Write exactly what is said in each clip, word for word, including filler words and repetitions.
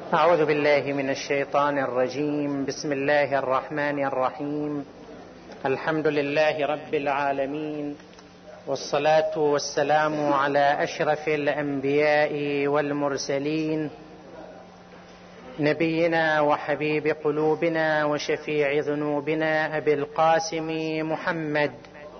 أعوذ بالله من الشيطان الرجيم. بسم الله الرحمن الرحيم. الحمد لله رب العالمين، والصلاة والسلام على أشرف الأنبياء والمرسلين، نبينا وحبيب قلوبنا وشفيع ذنوبنا أبي القاسم محمد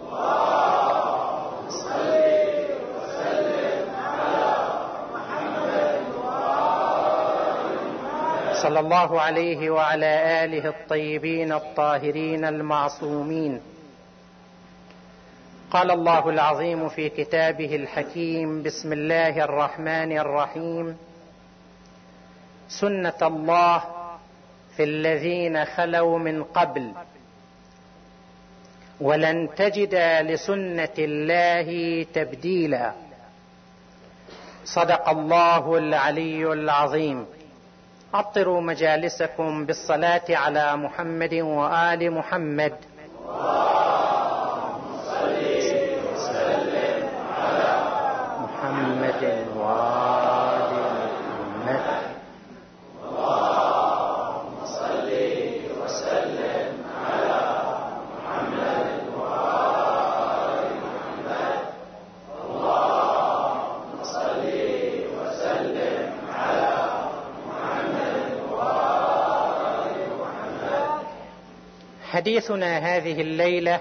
صلى الله عليه وعلى آله الطيبين الطاهرين المعصومين. قال الله العظيم في كتابه الحكيم: بسم الله الرحمن الرحيم. سنة الله في الذين خلوا من قبل، ولن تجد لسنة الله تبديلا. صدق الله العلي العظيم. عطروا مجالسكم بالصلاة على محمد وآل محمد. اللهم صل وسلم على محمد وآل محمد. اللهم صل وسلم على محمد وآل محمد. اللهم صل وسلم على حديثنا هذه الليلة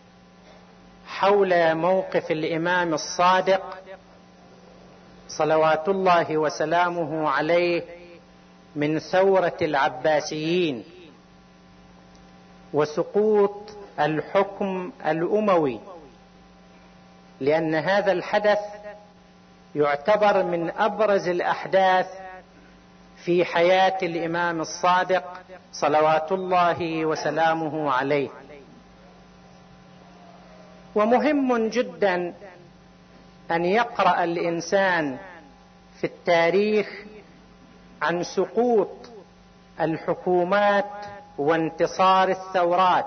حول موقف الإمام الصادق صلوات الله وسلامه عليه من ثورة العباسيين وسقوط الحكم الأموي، لأن هذا الحدث يعتبر من أبرز الأحداث في حياة الإمام الصادق صلوات الله وسلامه عليه. ومهم جدا أن يقرأ الإنسان في التاريخ عن سقوط الحكومات وانتصار الثورات،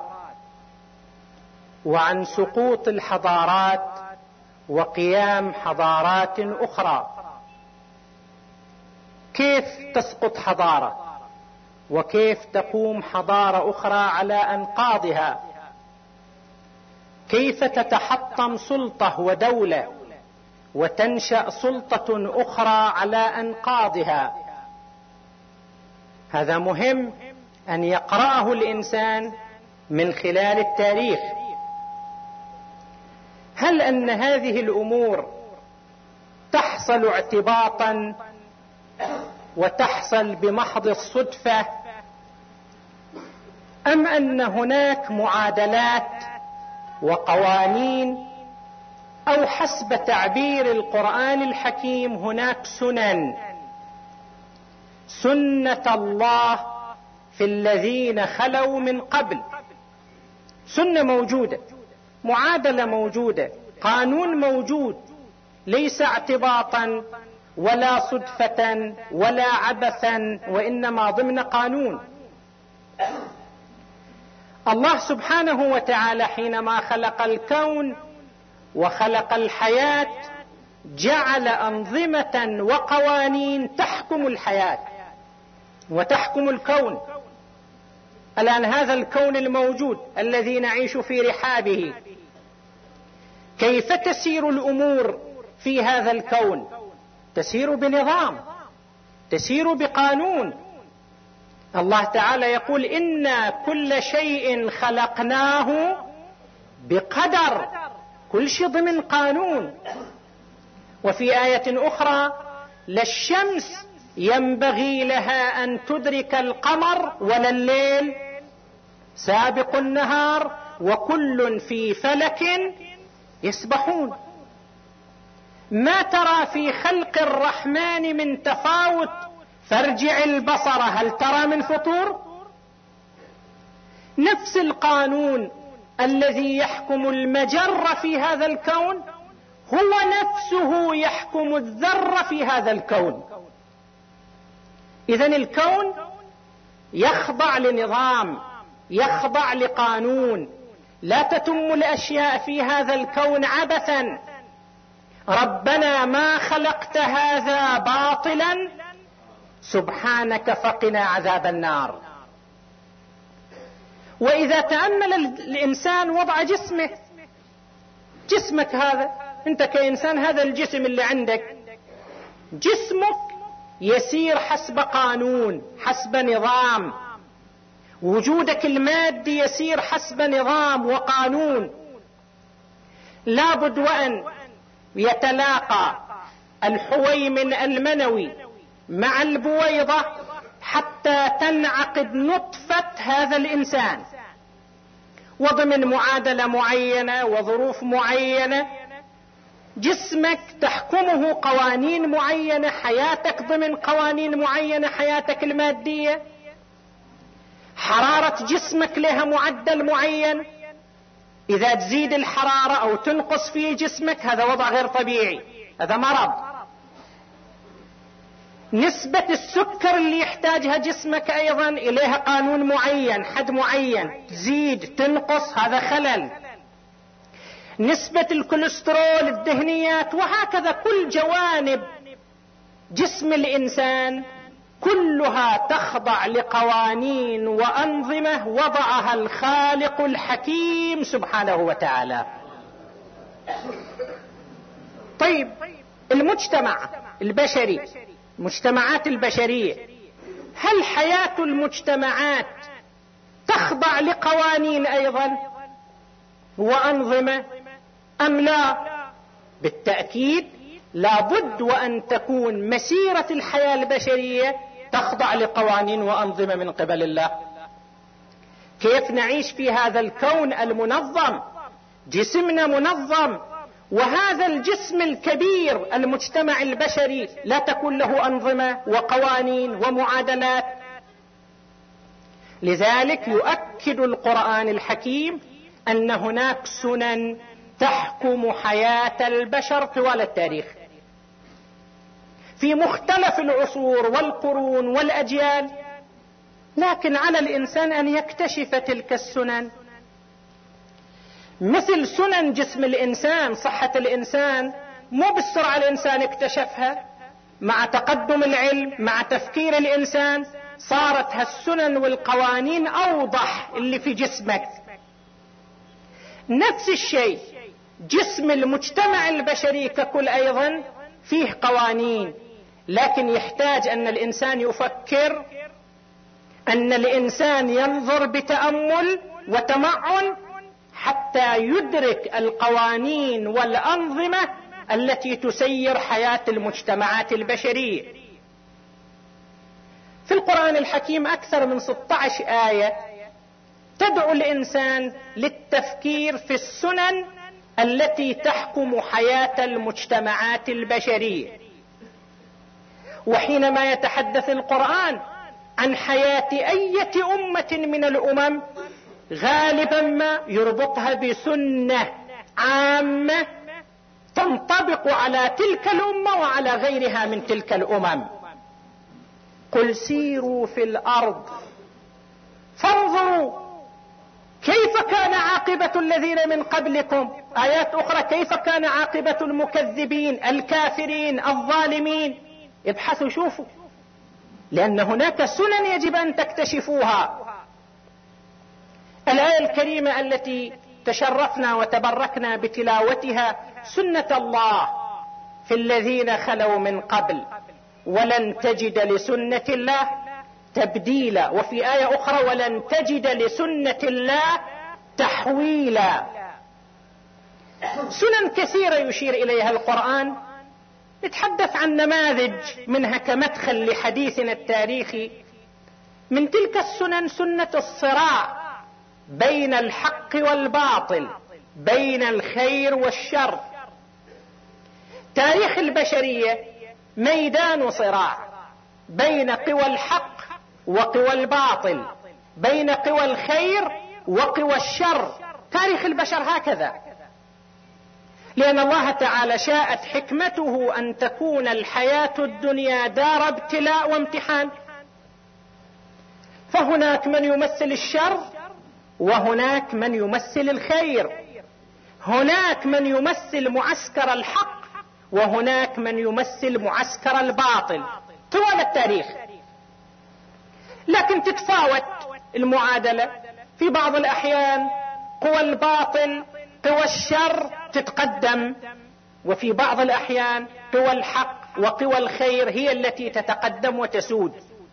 وعن سقوط الحضارات وقيام حضارات أخرى. كيف تسقط حضارة وكيف تقوم حضارة أخرى على أنقاضها؟ كيف تتحطم سلطة ودولة وتنشأ سلطة أخرى على أنقاضها؟ هذا مهم أن يقرأه الإنسان من خلال التاريخ. هل أن هذه الأمور تحصل اعتباطا وتحصل بمحض الصدفة، أم أن هناك معادلات وقوانين، أو حسب تعبير القرآن الحكيم هناك سنن؟ سنة الله في الذين خلوا من قبل. سنة موجودة، معادلة موجودة، قانون موجود، ليس اعتباطا ولا صدفة ولا عبثا، وإنما ضمن قانون. الله سبحانه وتعالى حينما خلق الكون وخلق الحياة جعل أنظمة وقوانين تحكم الحياة وتحكم الكون. الآن هذا الكون الموجود الذي نعيش في رحابه، كيف تسير الأمور في هذا الكون؟ تسير بنظام، تسير بقانون. الله تعالى يقول: إنا كل شيء خلقناه بقدر، كل شيء ضمن قانون. وفي آية أخرى: لا الشمس ينبغي لها أن تدرك القمر ولا الليل سابق النهار وكل في فلك يسبحون. ما ترى في خلق الرحمن من تفاوت، فارجع البصر هل ترى من فطور. نفس القانون الذي يحكم المجرة في هذا الكون هو نفسه يحكم الذرة في هذا الكون. إذن الكون يخضع لنظام، يخضع لقانون. لا تتم الأشياء في هذا الكون عبثا. ربنا ما خلقت هذا باطلا سبحانك فقنا عذاب النار. وإذا تأمل الإنسان وضع جسمه، جسمك هذا أنت كإنسان، هذا الجسم اللي عندك، جسمك يسير حسب قانون، حسب نظام. وجودك المادي يسير حسب نظام وقانون. لابد وأن يتلاقى الحويمن المنوي مع البويضة حتى تنعقد نطفة هذا الإنسان، وضمن معادلة معينة وظروف معينة. جسمك تحكمه قوانين معينة، حياتك ضمن قوانين معينة، حياتك المادية. حرارة جسمك لها معدل معين، إذا تزيد الحرارة أو تنقص في جسمك هذا وضع غير طبيعي، هذا مرض. نسبة السكر اللي يحتاجها جسمك أيضا إليها قانون معين، حد معين، تزيد تنقص هذا خلل. نسبة الكوليسترول، الدهنيات، وهكذا كل جوانب جسم الإنسان كلها تخضع لقوانين وأنظمة وضعها الخالق الحكيم سبحانه وتعالى. طيب المجتمع البشري، المجتمعات البشرية، هل حياة المجتمعات تخضع لقوانين أيضا وأنظمة أم لا؟ بالتأكيد لابد وأن تكون مسيرة الحياة البشرية تخضع لقوانين وأنظمة من قبل الله. كيف نعيش في هذا الكون المنظم؟ جسمنا منظم، وهذا الجسم الكبير المجتمع البشري لا تكون له أنظمة وقوانين ومعادلات. لذلك يؤكد القرآن الحكيم أن هناك سنن تحكم حياة البشر طوال التاريخ في مختلف العصور والقرون والأجيال، لكن على الإنسان أن يكتشف تلك السنن. مثل سنن جسم الإنسان، صحة الإنسان مو بالسرعة الإنسان اكتشفها، مع تقدم العلم مع تفكير الإنسان صارت هالسنن والقوانين أوضح اللي في جسمك. نفس الشيء جسم المجتمع البشري ككل أيضا فيه قوانين، لكن يحتاج أن الإنسان يفكر، أن الإنسان ينظر بتأمل وتمعن حتى يدرك القوانين والأنظمة التي تسير حياة المجتمعات البشرية. في القرآن الحكيم أكثر من ستة عشر آية تدعو الإنسان للتفكير في السنن التي تحكم حياة المجتمعات البشرية. وحينما يتحدث القرآن عن حياة أية أمة من الأمم غالبا ما يربطها بسنة عامة تنطبق على تلك الأمة وعلى غيرها من تلك الأمم. قل سيروا في الأرض فانظروا كيف كان عاقبة الذين من قبلكم. آيات أخرى كيف كان عاقبة المكذبين الكافرين الظالمين. ابحثوا شوفوا، لأن هناك سنن يجب أن تكتشفوها. الآية الكريمة التي تشرفنا وتبركنا بتلاوتها سنة الله في الذين خلوا من قبل ولن تجد لسنة الله تبديلا، وفي آية أخرى ولن تجد لسنة الله تحويلا. سنن كثيرة يشير إليها القرآن، نتحدث عن نماذج منها كمدخل لحديثنا التاريخي. من تلك السنن سنة الصراع بين الحق والباطل، بين الخير والشر. تاريخ البشرية ميدان صراع بين قوى الحق وقوى الباطل، بين قوى الخير وقوى الشر. تاريخ البشر هكذا، لأن الله تعالى شاءت حكمته أن تكون الحياة الدنيا دار ابتلاء وامتحان، فهناك من يمثل الشر وهناك من يمثل الخير، هناك من يمثل معسكر الحق وهناك من يمثل معسكر الباطل طوال التاريخ. لكن تتفاوت المعادلة. في بعض الأحيان قوى الباطل قوى الشر تتقدم، وفي بعض الأحيان قوى الحق وقوى الخير هي التي تتقدم وتسود.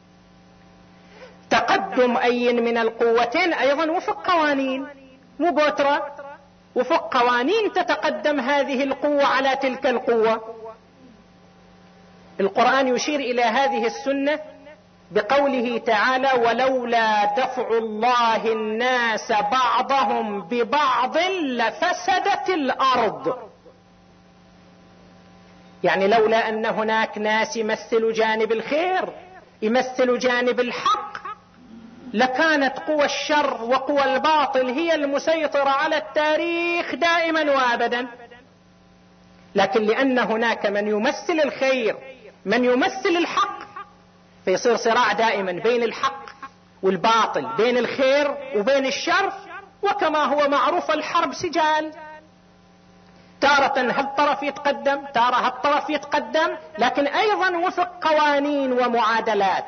تقدم أي من القوتين أيضا وفق قوانين، مو بوترة، وفق قوانين تتقدم هذه القوة على تلك القوة. القرآن يشير إلى هذه السنة بقوله تعالى: ولولا دفع الله الناس بعضهم ببعض لفسدت الأرض. يعني لولا أن هناك ناس يمثلوا جانب الخير يمثلوا جانب الحق لكانت قوى الشر وقوى الباطل هي المسيطرة على التاريخ دائما وابدا. لكن لأن هناك من يمثل الخير من يمثل الحق فيصير صراع دائما بين الحق والباطل، بين الخير وبين الشر. وكما هو معروف الحرب سجال، تارة هالطرف يتقدم تارة هالطرف يتقدم، لكن أيضا وفق قوانين ومعادلات.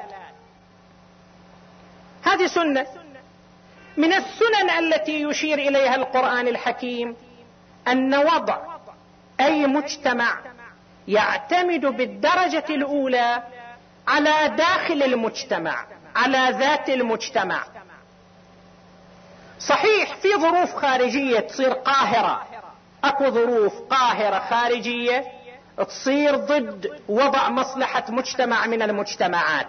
هذه سنة من السنن التي يشير إليها القرآن الحكيم، أن وضع أي مجتمع يعتمد بالدرجة الأولى على داخل المجتمع، على ذات المجتمع. صحيح في ظروف خارجية تصير قاهرة، اكو ظروف قاهرة خارجية تصير ضد وضع مصلحة مجتمع من المجتمعات،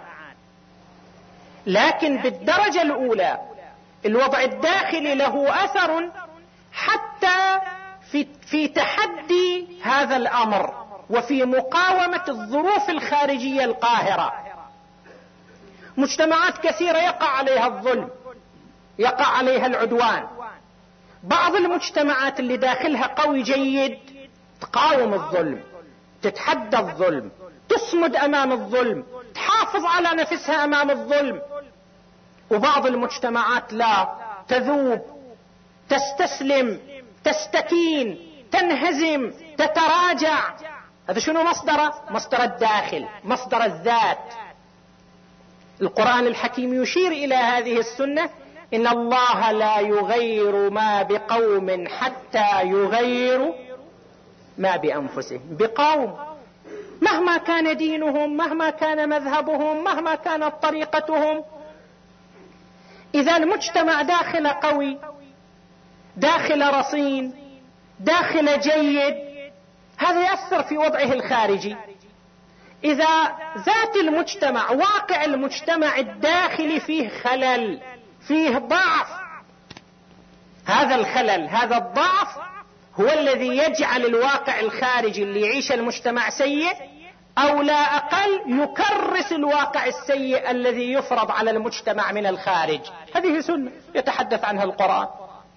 لكن بالدرجة الأولى الوضع الداخلي له أثر حتى في, في تحدي هذا الأمر وفي مقاومة الظروف الخارجية القاهرة. مجتمعات كثيرة يقع عليها الظلم، يقع عليها العدوان. بعض المجتمعات اللي داخلها قوي جيد تقاوم الظلم، تتحدى الظلم، تصمد أمام الظلم، تحافظ على نفسها أمام الظلم. وبعض المجتمعات لا، تذوب، تستسلم، تستكين، تنهزم، تتراجع. هذا شنو مصدره؟ مصدر الداخل، مصدر الذات. القرآن الحكيم يشير إلى هذه السنة: إن الله لا يغير ما بقوم حتى يغيروا ما بأنفسهم. بقوم مهما كان دينهم، مهما كان مذهبهم، مهما كانت طريقتهم، إذا المجتمع داخل قوي، داخل رصين، داخل جيد، هذا يأثر في وضعه الخارجي. إذا ذات المجتمع، واقع المجتمع الداخلي فيه خلل، فيه ضعف، هذا الخلل، هذا الضعف هو الذي يجعل الواقع الخارجي اللي يعيش المجتمع سيء، أو لا أقل يكرس الواقع السيء الذي يفرض على المجتمع من الخارج. هذه سنة يتحدث عنها القرآن.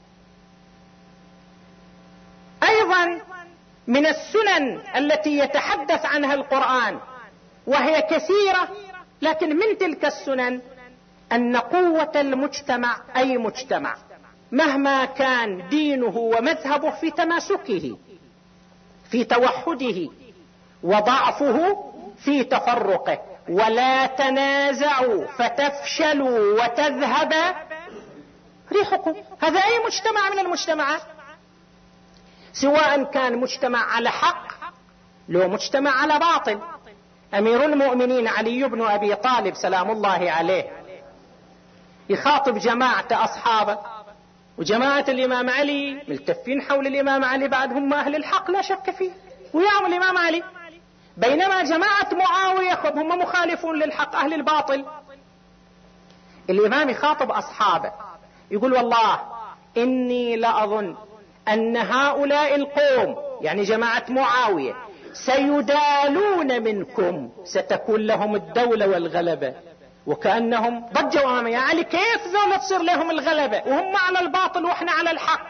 أيضا من السنن التي يتحدث عنها القرآن وهي كثيرة، لكن من تلك السنن أن قوة المجتمع، أي مجتمع مهما كان دينه ومذهبه، في تماسكه، في توحده، وضعفه في تفرقه. ولا تنازعوا فتفشلوا وتذهب ريحكم. هذا أي مجتمع من المجتمعات، سواء كان مجتمع على حق لو مجتمع على باطل. أمير المؤمنين علي بن أبي طالب سلام الله عليه يخاطب جماعة أصحابه، وجماعة الإمام علي ملتفين حول الإمام علي، بعد هم أهل الحق لا شك فيه، ويعمل الإمام علي. بينما جماعة معاوية هم مخالفون للحق، أهل الباطل. الإمام يخاطب أصحابه يقول: والله إني لأظن أن هؤلاء القوم، يعني جماعة معاوية، سيدالون منكم، ستكون لهم الدولة والغلبة. وكأنهم ضجوا أمام يا علي، كيف ذولا تصير لهم الغلبة وهم على الباطل وإحنا على الحق؟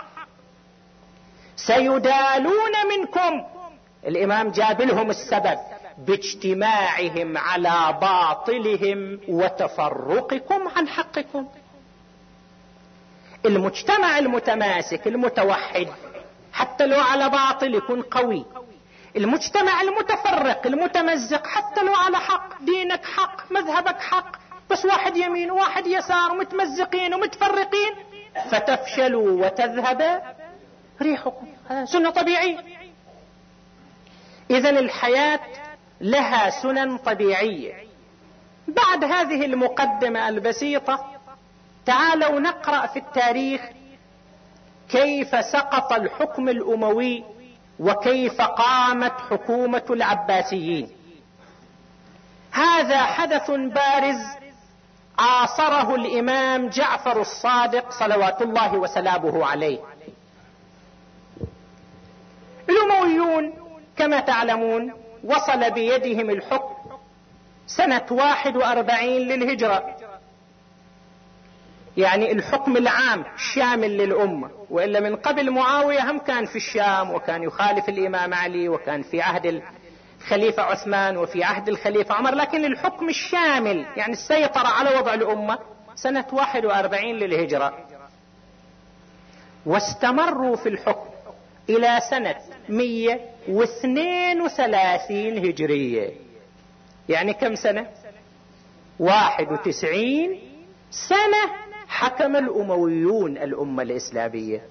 سيدالون منكم. الإمام جاب لهم السبب: باجتماعهم على باطلهم وتفرقكم عن حقكم. المجتمع المتماسك المتوحد حتى لو على باطل يكون قوي. المجتمع المتفرق المتمزق حتى لو على حق، دينك حق، مذهبك حق، بس الناس واحد يمين وواحد يسار ومتمزقين ومتفرقين، فتفشلوا وتذهب ريحكم. هذا سنة طبيعية. إذن الحياة لها سنن طبيعية. بعد هذه المقدمة البسيطة تعالوا نقرأ في التاريخ كيف سقط الحكم الأموي وكيف قامت حكومة العباسيين. هذا حدث بارز عاصره الإمام جعفر الصادق صلوات الله وسلامه عليه. الأمويون كما تعلمون وصل بيدهم الحكم سنة واحد وأربعين للهجرة، يعني الحكم العام الشامل للأمة، وإلا من قبل معاوية هم كان في الشام وكان يخالف الإمام علي وكان في عهد الخليفة عثمان وفي عهد الخليفة عمر، لكن الحكم الشامل يعني السيطرة على وضع الأمة سنة واحد وأربعين للهجرة، واستمروا في الحكم إلى سنة مئة واثنين وثلاثين هجرية. يعني كم سنة؟ واحد وتسعين سنة حكم الأمويون الأمة الإسلامية.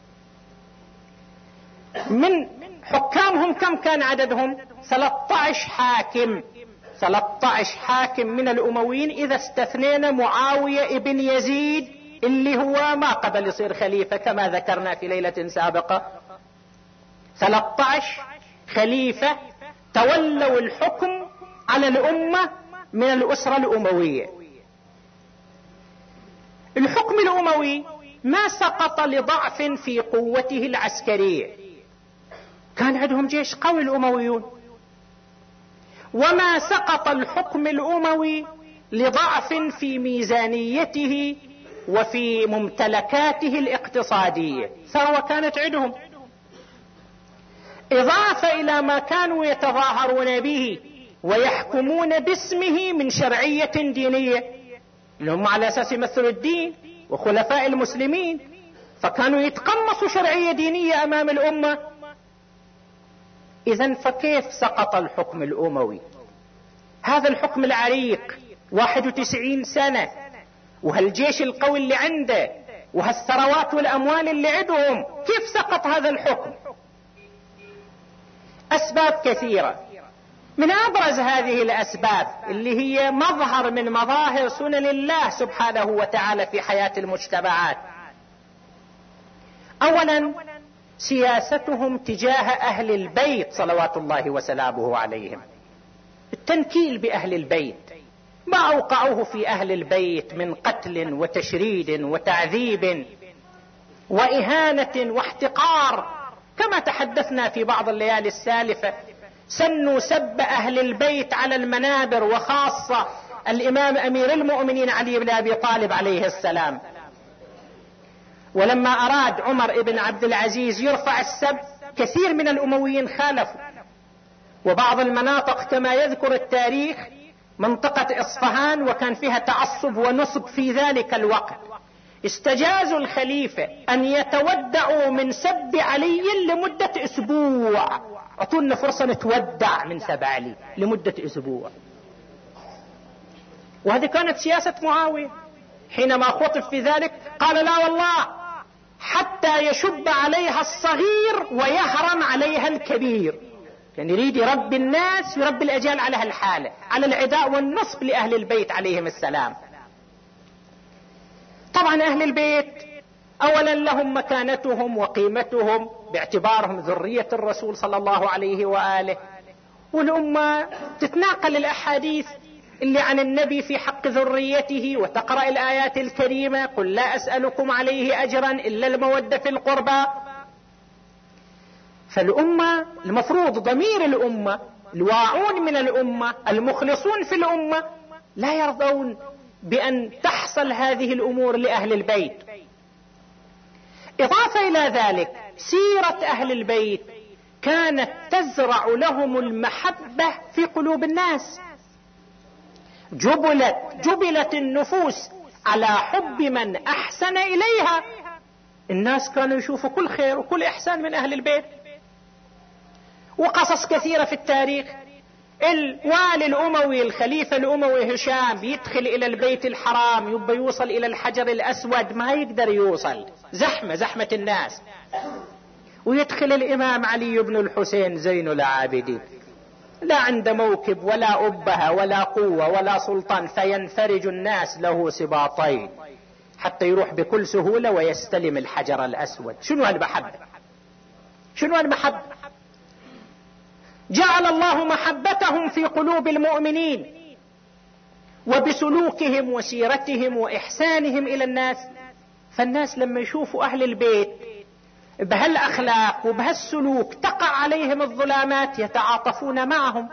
من حكامهم كم كان عددهم؟ ثلاثة عشر حاكم، ثلاثة عشر حاكم من الأمويين إذا استثنينا معاوية ابن يزيد اللي هو ما قبل يصير خليفة كما ذكرنا في ليلة سابقة. ثلاثة عشر خليفة تولوا الحكم على الأمة من الأسرة الأموية. الحكم الأموي ما سقط لضعف في قوته العسكرية، كان عندهم جيش قوي الأمويون، وما سقط الحكم الأموي لضعف في ميزانيته وفي ممتلكاته الاقتصادية، ثروة كانت عندهم، إضافة إلى ما كانوا يتظاهرون به ويحكمون باسمه من شرعية دينية، لهم على أساس يمثلوا الدين وخلفاء المسلمين، فكانوا يتقمصوا شرعية دينية أمام الأمة. إذن فكيف سقط الحكم الأموي؟ هذا الحكم العريق واحد وتسعين سنة، وهالجيش القوي اللي عنده وهالثروات والأموال اللي عندهم، كيف سقط هذا الحكم؟ أسباب كثيرة. من أبرز هذه الأسباب اللي هي مظهر من مظاهر سنن الله سبحانه وتعالى في حياة المجتمعات، أولا سياستهم تجاه أهل البيت صلوات الله وسلامه عليهم، التنكيل بأهل البيت، ما أوقعوه في أهل البيت من قتل وتشريد وتعذيب وإهانة واحتقار، كما تحدثنا في بعض الليالي السالفة، سنوا سب أهل البيت على المنابر، وخاصة الإمام أمير المؤمنين علي بن أبي طالب عليه السلام. ولما أراد عمر بن عبد العزيز يرفع السب كثير من الأمويين خالفوا، وبعض المناطق كما يذكر التاريخ منطقة إصفهان وكان فيها تعصب ونصب في ذلك الوقت، استجازوا الخليفة أن يتودعوا من سب علي لمدة أسبوع، أعطونا فرصة نتودع من سب علي لمدة أسبوع. وهذه كانت سياسة معاوية، حينما خطب في ذلك قال لا والله حتى يشب عليها الصغير ويهرم عليها الكبير، يعني يريد يربي الناس يربي الأجيال على هالحالة، على العداء والنصب لأهل البيت عليهم السلام. طبعا أهل البيت أولا لهم مكانتهم وقيمتهم باعتبارهم ذرية الرسول صلى الله عليه وآله، والأمة تتناقل الأحاديث اللي عن النبي في حق ذريته، وتقرأ الآيات الكريمة قل لا أسألكم عليه أجرا إلا المودة في القربى. فالأمة المفروض ضمير الأمة، الواعون من الأمة المخلصون في الأمة لا يرضون بأن تحصل هذه الأمور لأهل البيت. إضافة إلى ذلك سيرة أهل البيت كانت تزرع لهم المحبة في قلوب الناس، جبلت جبلت النفوس على حب من أحسن إليها، الناس كانوا يشوفوا كل خير وكل إحسان من أهل البيت. وقصص كثيرة في التاريخ الوالي الأموي الخليفة الأموي هشام يدخل إلى البيت الحرام، يبقى يوصل إلى الحجر الأسود ما يقدر يوصل، زحمة زحمة الناس. ويدخل الإمام علي بن الحسين زين العابدين، لا عنده موكب ولا أبهة ولا قوة ولا سلطان، فينفرج الناس له سباطين حتى يروح بكل سهولة ويستلم الحجر الأسود. شنو هالمحبة؟ شنو هالمحبة؟ جعل الله محبتهم في قلوب المؤمنين وبسلوكهم وسيرتهم وإحسانهم إلى الناس. فالناس لما يشوفوا أهل البيت بهالأخلاق وبهالسلوك تقع عليهم الظلامات يتعاطفون معهم.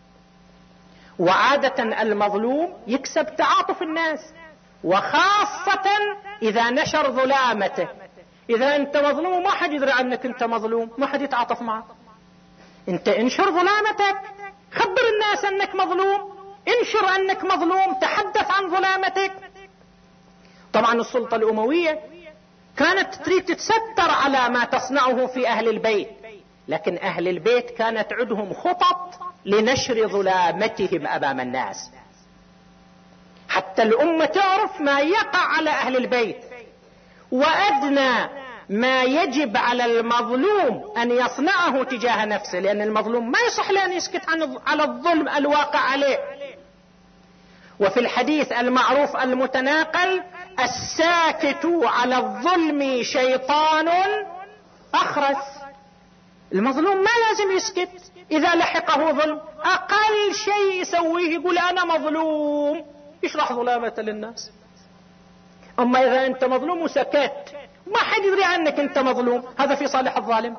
وعادة المظلوم يكسب تعاطف الناس، وخاصة إذا نشر ظلامته. إذا أنت مظلوم ما حد يدري عنك أنت مظلوم، ما حد يتعاطف معك. أنت انشر ظلامتك، خبر الناس أنك مظلوم، انشر أنك مظلوم، تحدث عن ظلامتك. طبعا السلطة الأموية كانت تريد تتستر على ما تصنعه في أهل البيت، لكن أهل البيت كانت عندهم خطط لنشر ظلامتهم أمام الناس، حتى الأمة تعرف ما يقع على أهل البيت. وأدنى ما يجب على المظلوم أن يصنعه تجاه نفسه، لأن المظلوم ما يصح له أن يسكت عن على الظلم الواقع عليه. وفي الحديث المعروف المتناقل: الساكت على الظلم شيطان أخرس. المظلوم ما لازم يسكت إذا لحقه ظلم، أقل شيء يسويه يقول أنا مظلوم، يشرح ظلامته للناس. أما إذا أنت مظلوم وسكت ما حد يدري عنك أنت مظلوم، هذا في صالح الظالم.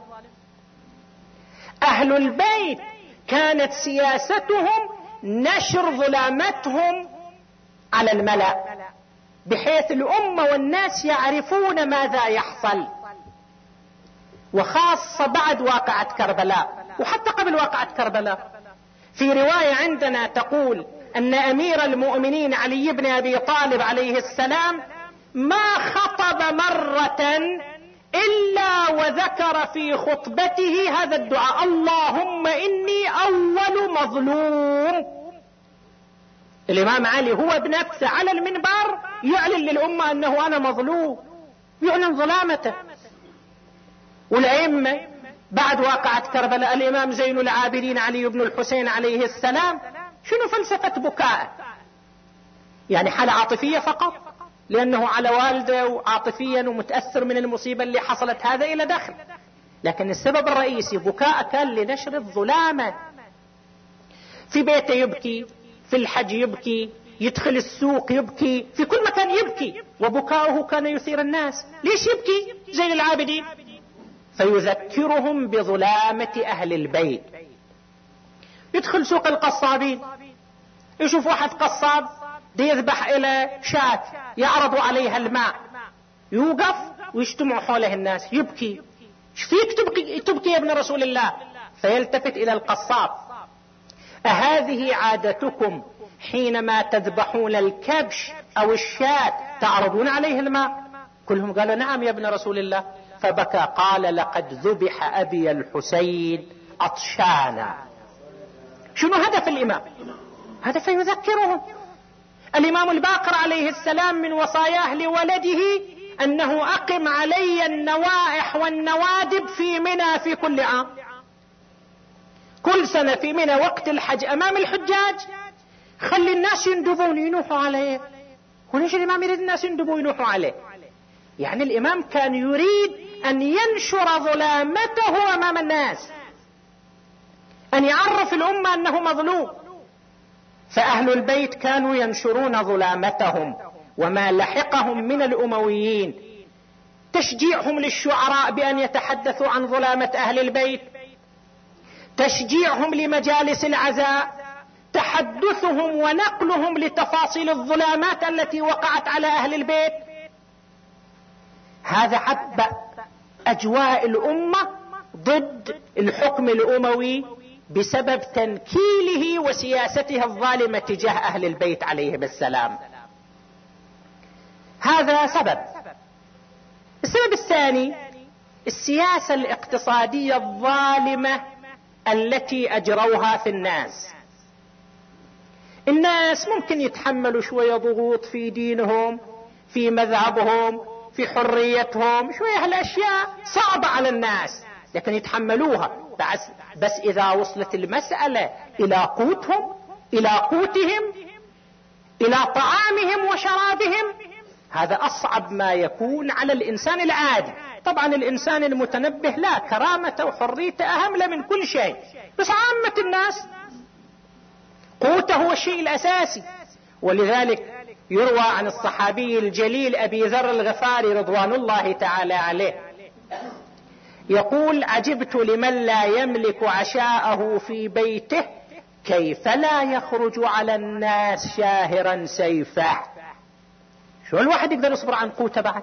أهل البيت كانت سياستهم نشر ظلامتهم على الملأ، بحيث الأمة والناس يعرفون ماذا يحصل. وخاصة بعد واقعة كربلاء، وحتى قبل واقعة كربلاء، في رواية عندنا تقول أن أمير المؤمنين علي بن أبي طالب عليه السلام ما خطب مرة إلا وذكر في خطبته هذا الدعاء: اللهم إني أول مظلوم. الإمام علي هو بنفسه على المنبر يعلن للأمة أنه أنا مظلوم، يعلن ظلامته. والأئمة بعد واقعة كربلاء، الإمام زين العابدين علي بن الحسين عليه السلام، شنو فلسفة بكاء؟ يعني حالة عاطفية فقط، لأنه على والده وعاطفيا ومتأثر من المصيبة اللي حصلت، هذا إلى دخل. لكن السبب الرئيسي بكاء كان لنشر الظلامة. في بيته يبكي، في الحج يبكي، يدخل السوق يبكي، في كل مكان يبكي، وبكاؤه كان يثير الناس. ليش يبكي زين العابدين؟ فيذكرهم بظلامة أهل البيت. يدخل سوق القصابين، يشوف واحد قصاب دي يذبح إلى شاة يعرض عليها الماء، يوقف ويجتمع حوله الناس، يبكي: ايش فيك تبكي, تبكي يا ابن رسول الله؟ فيلتفت إلى القصاب: أهذه عادتكم حينما تذبحون الكبش أو الشاة تعرضون عليه الماء؟ كلهم قالوا نعم يا ابن رسول الله. فبكى قال: لقد ذبح أبي الحسين عطشانا. شنو هدف الإمام؟ هدف يذكرهم. الإمام الباقر عليه السلام من وصاياه لولده أنه أقم علي النوائح والنوادب في منى في كل عام. كل سنة في منى وقت الحج أمام الحجاج خلي الناس يندبون ينوحوا عليه. وليش الإمام يريد الناس يندبوا ينوحوا عليه؟ يعني الإمام كان يريد أن ينشر ظلامته أمام الناس، أن يعرف الأمة أنه مظلوم. فأهل البيت كانوا ينشرون ظلامتهم وما لحقهم من الأمويين، تشجيعهم للشعراء بأن يتحدثوا عن ظلامة أهل البيت، تشجيعهم لمجالس العزاء، تحدثهم ونقلهم لتفاصيل الظلامات التي وقعت على أهل البيت. هذا عبأ أجواء الأمة ضد الحكم الأموي بسبب تنكيله وسياسته الظالمة تجاه أهل البيت عليهم السلام. هذا سبب. السبب الثاني السياسة الاقتصادية الظالمة التي أجروها في الناس. الناس ممكن يتحملوا شوية ضغوط في دينهم، في مذهبهم، في حريتهم، شوية هالأشياء صعبة على الناس لكن يتحملوها، بس, بس إذا وصلت المسألة إلى قوتهم، إلى قوتهم، إلى طعامهم وشرابهم، هذا أصعب ما يكون على الإنسان العادي. طبعا الإنسان المتنبه لا، كرامته وحريته أهم له من كل شيء، بس عامة الناس قوته هو الشيء الأساسي. ولذلك يروى عن الصحابي الجليل أبي ذر الغفاري رضوان الله تعالى عليه يقول: عجبت لمن لا يملك عشاءه في بيته كيف لا يخرج على الناس شاهرا سيفه. شو الواحد يقدر يصبر عن قوته بعد؟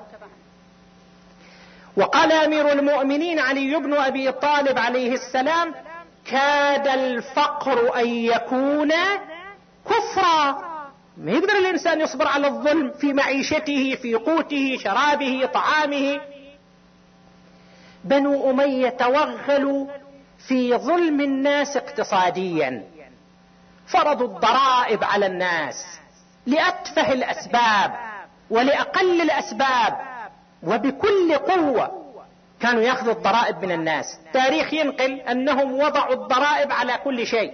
وقال أمير المؤمنين علي بن أبي طالب عليه السلام: كاد الفقر أن يكون كفرا. ما يقدر الإنسان يصبر على الظلم في معيشته، في قوته، شرابه، طعامه. بنو أمية توغلوا في ظلم الناس اقتصاديا، فرضوا الضرائب على الناس لأتفه الأسباب ولأقل الأسباب، وبكل قوة كانوا يأخذوا الضرائب من الناس. تاريخ ينقل أنهم وضعوا الضرائب على كل شيء.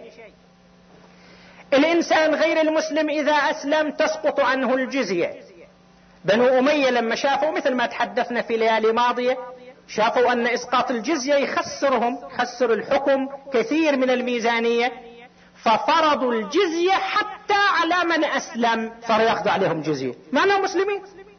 الإنسان غير المسلم إذا أسلم تسقط عنه الجزية. بنو أمية لما شافوا، مثل ما تحدثنا في ليالي ماضية، شافوا أن إسقاط الجزية يخسرهم، يخسر الحكم كثير من الميزانية، ففرضوا الجزية حتى على من أسلم، صاروا يأخذوا عليهم جزية ما أنهم مسلمين.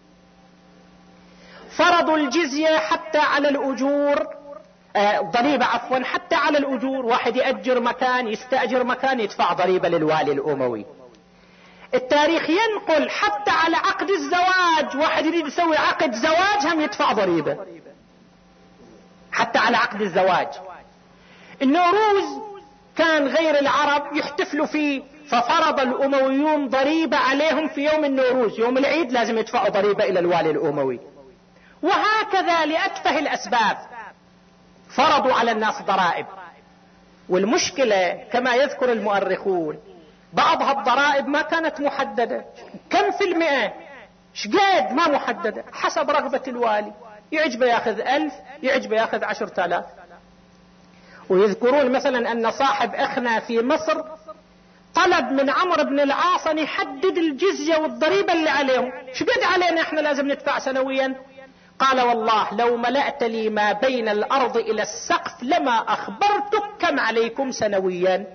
فرضوا الجزية حتى على الأجور، آه ضريبة عفوا، حتى على الأجور. واحد يأجر مكان، يستأجر مكان، يدفع ضريبة للوالي الأموي. التاريخ ينقل حتى على عقد الزواج، واحد يريد يسوي عقد زواج هم يدفع ضريبة، حتى على عقد الزواج. النوروز كان غير العرب يحتفلوا فيه، ففرض الأمويون ضريبة عليهم في يوم النوروز، يوم العيد لازم يدفعوا ضريبة إلى الوالي الأموي. وهكذا لأتفه الأسباب فرضوا على الناس ضرائب. والمشكلة كما يذكر المؤرخون بعض الضرائب ما كانت محددة، كم في المئة، شقاد ما محددة، حسب رغبة الوالي، يعجبه ياخذ ألف، يعجبه ياخذ عشرة آلاف. ويذكرون مثلا أن صاحب أخنا في مصر طلب من عمرو بن العاص أن يحدد الجزية والضريبة اللي عليهم، شقد علينا احنا لازم ندفع سنويا؟ قال: والله لو ملأت لي ما بين الأرض إلى السقف لما أخبرتك كم عليكم سنويا،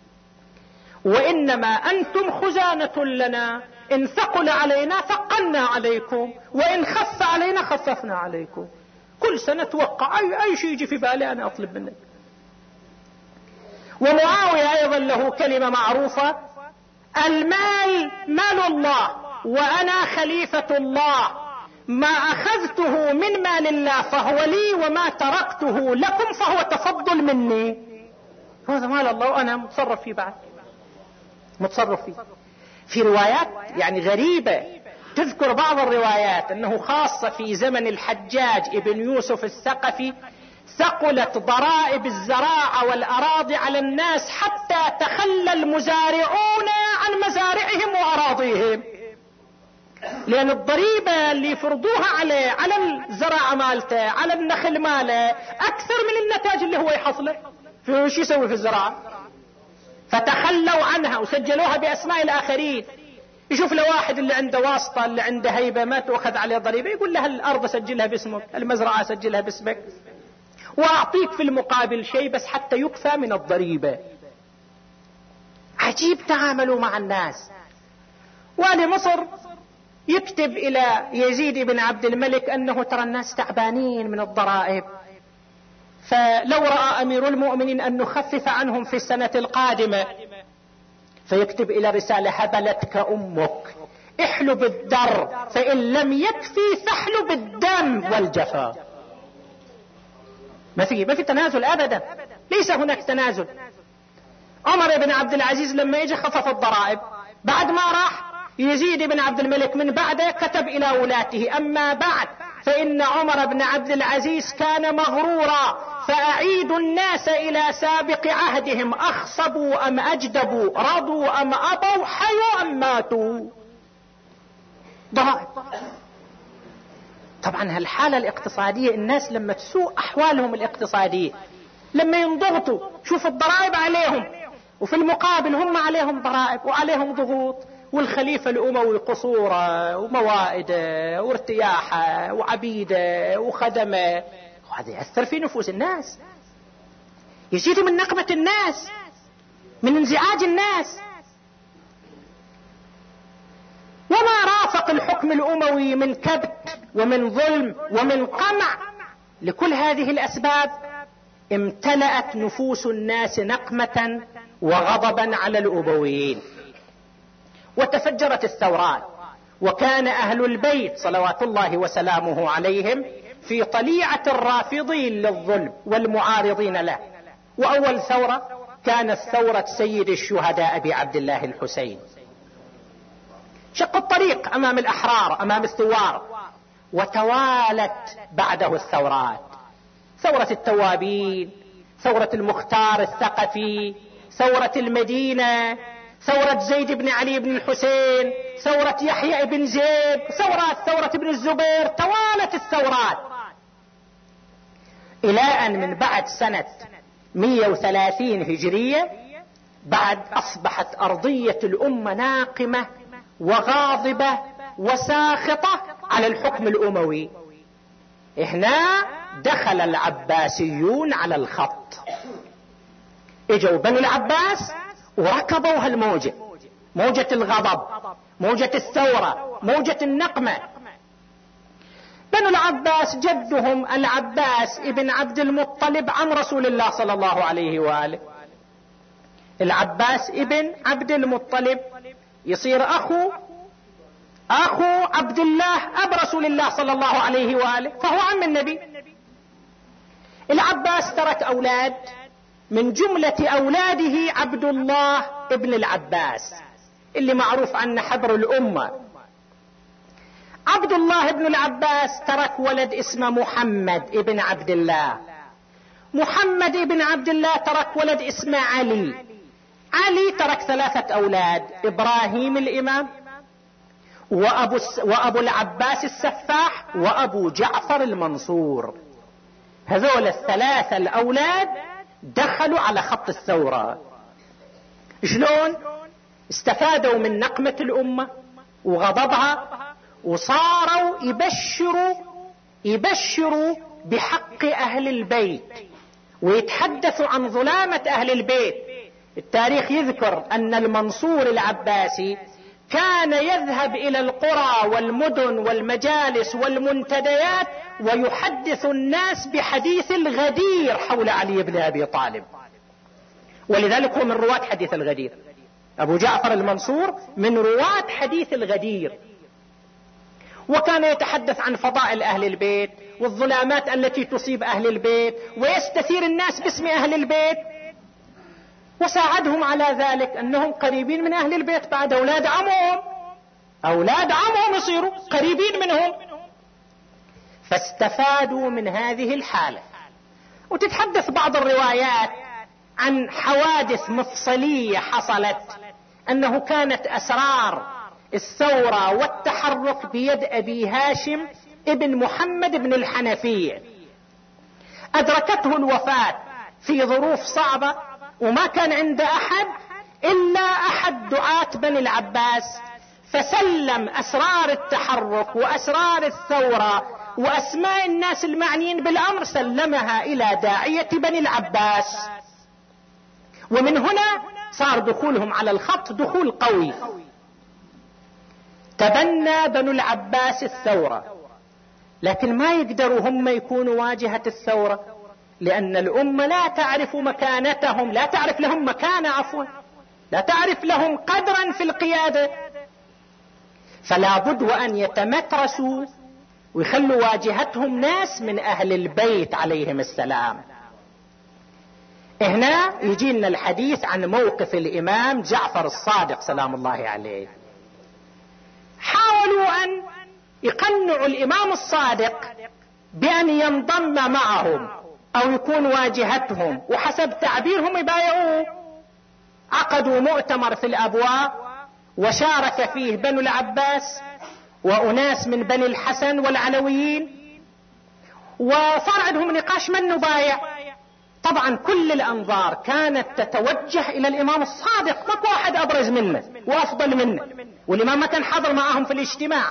وإنما أنتم خزانة لنا، إن ثقل علينا ثقلنا عليكم، وإن خف علينا خففنا عليكم. كل سنة توقع أي, أي شيء يجي في بالي أنا أطلب منك. ومعاوية أيضا له كلمة معروفة: المال مال الله وأنا خليفة الله، ما أخذته من مال الله فهو لي، وما تركته لكم فهو تفضل مني. هذا مال الله وأنا متصرف فيه، بعد متصرف فيه. في روايات يعني غريبة تذكر بعض الروايات أنه خاصة في زمن الحجاج ابن يوسف الثقفي ثقلت ضرائب الزراعة والأراضي على الناس حتى تخلى المزارعون عن مزارعهم وأراضيهم، لأن الضريبة اللي يفرضوها عليه على الزراعة مالته، على النخل ماله، أكثر من النتاج اللي هو يحصله. فشو يسوي في الزراعة؟ فتخلوا عنها وسجلوها بأسماء الآخرين. يشوف له واحد اللي عنده واسطة، اللي عنده هيبة، ما تأخذ عليه ضريبة، يقول له الأرض سجلها باسمك، المزرعة سجلها باسمك، وأعطيك في المقابل شيء بس حتى يكفى من الضريبة. عجيب تعاملوا مع الناس. والي مصر يكتب إلى يزيد بن عبد الملك أنه ترى الناس تعبانين من الضرائب، فلو رأى أمير المؤمنين أن نخفف عنهم في السنة القادمة، فيكتب إلى رسالة: هبلتك أمك، احلب الدر، فإن لم يكفي فاحلب الدم والجفا. ما في ما في تنازل أبدا، ليس هناك تنازل. عمر بن عبد العزيز لما يجي خفف الضرائب، بعد ما راح يزيد بن عبد الملك من بعده كتب إلى ولاته: أما بعد فإن عمر بن عبد العزيز كان مغرورا، فأعيدوا الناس إلى سابق عهدهم، أخصبوا أم أجدبوا، رضوا أم أبوا، حيوا أم ماتوا. ضرائب. طبعا هالحالة الاقتصادية الناس لما تسوء أحوالهم الاقتصادية، لما ينضغطوا، شوف الضرائب عليهم، وفي المقابل هم عليهم ضرائب وعليهم ضغوط، والخليفة الأموي قصوره وموائده وارتياحه وعبيده وخدمه، وهذا يأثر في نفوس الناس، يزيد من نقمة الناس، من انزعاج الناس. وما رافق الحكم الأموي من كبت ومن ظلم ومن قمع، لكل هذه الأسباب امتلأت نفوس الناس نقمة وغضبا على الأمويين، وتفجرت الثورات، وكان أهل البيت صلوات الله وسلامه عليهم في طليعة الرافضين للظلم والمعارضين له. وأول ثورة كانت ثورة سيد الشهداء أبي عبد الله الحسين، شق الطريق أمام الأحرار أمام الثوار. وتوالت بعده الثورات، ثورة التوابين، ثورة المختار الثقفي، ثورة المدينة، ثورة زيد بن علي بن الحسين، ثورة يحيى بن زيد، ثورة ثورة ابن الزبير. توالت الثورات إلى أن من بعد سنة مئة وثلاثين هجرية بعد أصبحت أرضية الأمة ناقمة وغاضبة وساخطة على الحكم الأموي. هنا دخل العباسيون على الخط، اجوا بنو العباس وركبوا هالموجة، موجة الغضب، موجة الثورة، موجة النقمة. بنو العباس جدهم العباس ابن عبد المطلب عم رسول الله صلى الله عليه وآله، العباس ابن عبد المطلب يصير أخو أخو عبد الله أب رسول الله صلى الله عليه وآله، فهو عم النبي. العباس ترك أولاد، من جملة أولاده عبد الله ابن العباس اللي معروف عنه حبر الأمة. عبد الله ابن العباس ترك ولد اسمه محمد ابن عبد الله، محمد ابن عبد الله ترك ولد اسمه علي، علي ترك ثلاثة أولاد، إبراهيم الإمام وأبو, وأبو العباس السفاح وأبو جعفر المنصور. هذول الثلاثة الأولاد دخلوا على خط الثورة. شلون؟ استفادوا من نقمة الأمة وغضبها، وصاروا يبشروا يبشروا بحق أهل البيت ويتحدثوا عن ظلامة أهل البيت. التاريخ يذكر أن المنصور العباسي كان يذهب إلى القرى والمدن والمجالس والمنتديات ويحدث الناس بحديث الغدير حول علي بن أبي طالب، ولذلك هو من رواة حديث الغدير. أبو جعفر المنصور من رواة حديث الغدير، وكان يتحدث عن فضائل أهل البيت والظلامات التي تصيب أهل البيت، ويستثير الناس باسم أهل البيت، وساعدهم على ذلك أنهم قريبين من أهل البيت، بعد أولاد عمهم أولاد عمهم يصيروا قريبين منهم، فاستفادوا من هذه الحالة. وتتحدث بعض الروايات عن حوادث مفصلية حصلت، أنه كانت أسرار الثورة والتحرك بيد أبي هاشم ابن محمد بن الحنفية، أدركته الوفاة في ظروف صعبة، وما كان عند أحد إلا أحد دعاة بني العباس، فسلم أسرار التحرك وأسرار الثورة وأسماء الناس المعنيين بالأمر، سلمها إلى داعية بني العباس. ومن هنا صار دخولهم على الخط دخول قوي. تبنى بنو العباس الثورة، لكن ما يقدروا هم يكونوا واجهة الثورة، لأن الأمة لا تعرف مكانتهم، لا تعرف لهم مكانة، عفوا لا تعرف لهم قدرا في القيادة، فلا بد وأن يتمترسوا ويخلوا واجهتهم ناس من أهل البيت عليهم السلام. هنا يجينا الحديث عن موقف الإمام جعفر الصادق سلام الله عليه. حاولوا أن يقنعوا الإمام الصادق بأن ينضم معهم، أو يكون واجهتهم، وحسب تعبيرهم يبايعوه. عقدوا مؤتمر في الأبواء وشارك فيه بنو العباس وأناس من بني الحسن والعلويين، وصار عندهم نقاش من نبايع. طبعا كل الأنظار كانت تتوجه إلى الإمام الصادق، ماكو واحد أبرز منه وأفضل منه، والإمام ما كان حاضر معهم في الاجتماع.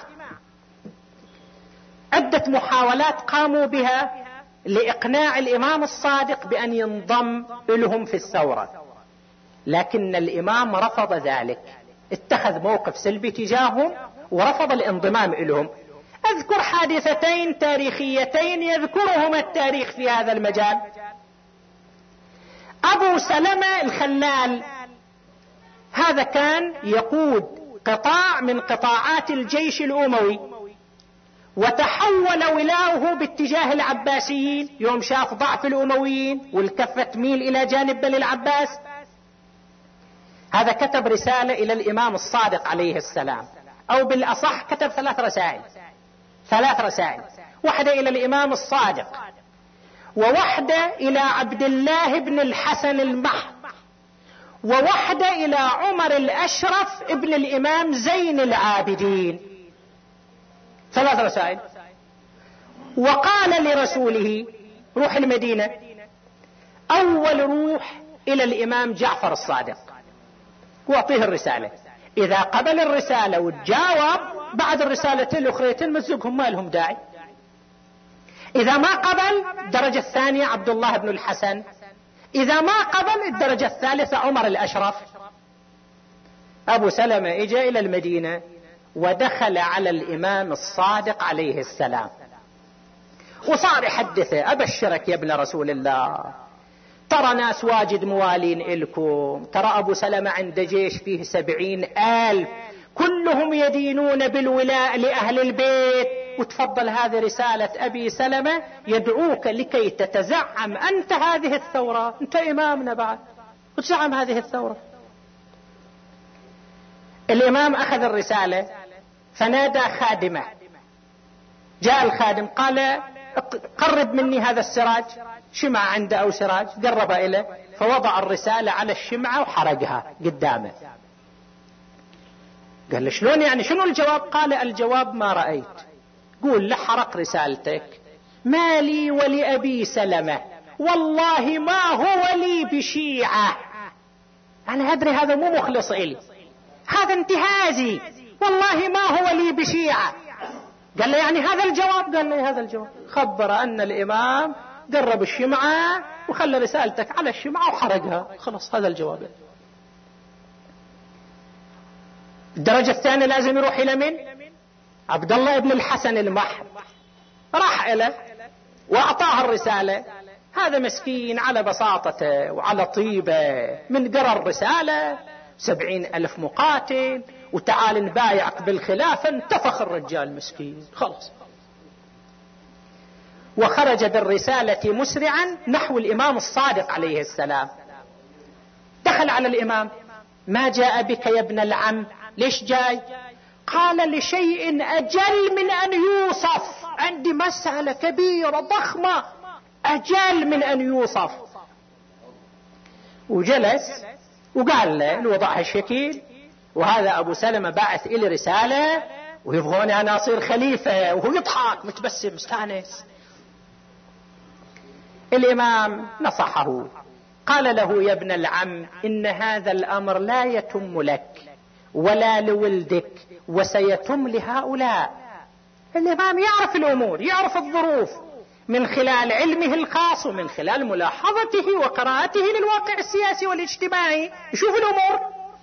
عدة محاولات قاموا بها لإقناع الإمام الصادق بأن ينضم لهم في الثورة، لكن الإمام رفض ذلك، اتخذ موقف سلبي تجاههم ورفض الانضمام لهم. أذكر حادثتين تاريخيتين يذكرهما التاريخ في هذا المجال. أبو سلمة الخلال، هذا كان يقود قطاع من قطاعات الجيش الأموي، وتحول ولاؤه باتجاه العباسيين يوم شاف ضعف الأمويين والكفة تميل إلى جانب بني العباس. هذا كتب رسالة إلى الإمام الصادق عليه السلام، أو بالأصح كتب ثلاث رسائل ثلاث رسائل واحدة إلى الإمام الصادق، وواحدة إلى عبد الله بن الحسن المحض، وواحدة إلى عمر الأشرف ابن الإمام زين العابدين. ثلاث رسائل. وقال لرسوله روح المدينة، أول روح إلى الإمام جعفر الصادق واعطيه الرسالة، إذا قبل الرسالة وتجاوب بعد الرسالتين الأخريتين مزقهم، ما لهم داعي. إذا ما قبل الدرجة الثانية عبد الله بن الحسن، إذا ما قبل الدرجة الثالثة عمر الأشرف. أبو سلمة إجا إلى المدينة ودخل على الإمام الصادق عليه السلام وصار يحدثه، أبشرك يا ابن رسول الله، ترى ناس واجد موالين إلكم، ترى أبو سلمة عند جيش فيه سبعين ألف كلهم يدينون بالولاء لأهل البيت، وتفضل هذه رسالة أبي سلمة يدعوك لكي تتزعم أنت هذه الثورة، أنت إمامنا بعد وتزعم هذه الثورة. الإمام أخذ الرسالة فنادى خادمه، جاء الخادم قال قرب مني هذا السراج، شمعة عنده أو سراج، قرب إليه فوضع الرسالة على الشمعة وحرقها قدامه. قال له شلون يعني، شنو الجواب؟ قال الجواب ما رأيت، قول له حرق رسالتك، ما لي ولأبي سلمة والله ما هو لي بشيعة، أنا أدري هذا مو مخلص إلي، هذا انتهازي، والله ما هو لي بشيعة. قال له يعني هذا الجواب؟ قال له هذا الجواب. خبر أن الإمام قرب الشمعة وخلى رسالتك على الشمعة وحرقها، خلاص هذا الجواب. الدرجة الثانية لازم يروح إلى من؟ عبد الله بن الحسن المحض، راح إليه وأعطاه الرسالة. هذا مسكين على بساطته وعلى طيبه من قرى الرسالة، سبعين ألف مقاتل وتعال نبايعك بالخلافة، انتفخ الرجال مسكين خلاص. وخرج بالرسالة مسرعا نحو الإمام الصادق عليه السلام. دخل على الإمام، ما جاء بك يا ابن العم؟ ليش جاي؟ قال لشيء أجل من أن يوصف، عندي مسألة كبيرة ضخمة أجل من أن يوصف. وجلس وقال له الوضع هالشكل، وهذا أبو سلمة باعث إلي رسالة ويبغوني أنا أصير خليفة، وهو يضحك متبسم مستانس. الإمام نصحه، قال له يا ابن العم إن هذا الأمر لا يتم لك ولا لولدك وسيتم لهؤلاء. الإمام يعرف الأمور، يعرف الظروف من خلال علمه الخاص ومن خلال ملاحظته وقراءته للواقع السياسي والاجتماعي، يشوف الأمور.